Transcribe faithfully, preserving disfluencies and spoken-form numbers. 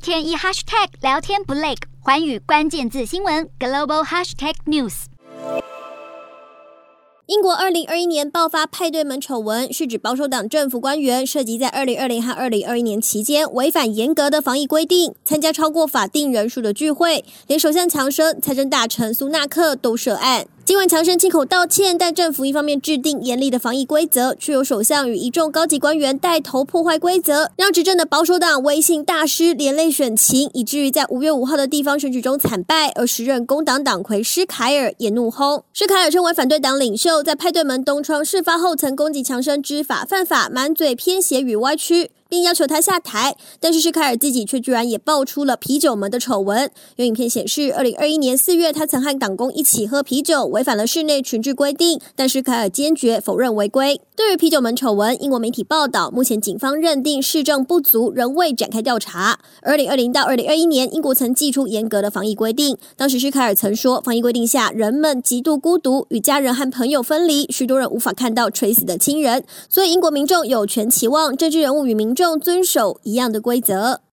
天一 hashtag 聊天不累，寰宇关键字新闻 global hashtag news。 英国二零二一年爆发派对门丑闻，是指保守党政府官员涉及在二零二零和二零二一年期间违反严格的防疫规定，参加超过法定人数的聚会，连首相强生、财政大臣苏纳克都涉案。尽管强生亲口道歉，但政府一方面制定严厉的防疫规则，却由首相与一众高级官员带头破坏规则，让执政的保守党威信大失，连累选情，以至于在五月五号的地方选举中惨败。而时任工党党魁施凯尔也怒轰。施凯尔身为反对党领袖，在派对门东窗事发后，曾攻击强生知法犯法，满嘴偏斜与歪曲，并要求他下台。但是施凯尔自己却居然也爆出了啤酒门的丑闻。有影片显示，二零二一年四月，他曾和党工一起喝啤酒，违反了室内群聚规定，但施凯尔坚决否认违规。对于啤酒门丑闻，英国媒体报道，目前警方认定事证不足，仍未展开调查。二零二零到二零二一年，英国曾祭出严格的防疫规定，当时施凯尔曾说，防疫规定下，人们极度孤独，与家人和朋友分离，许多人无法看到垂死的亲人，所以英国民众有权期望政治人物与民众遵守一样的规则。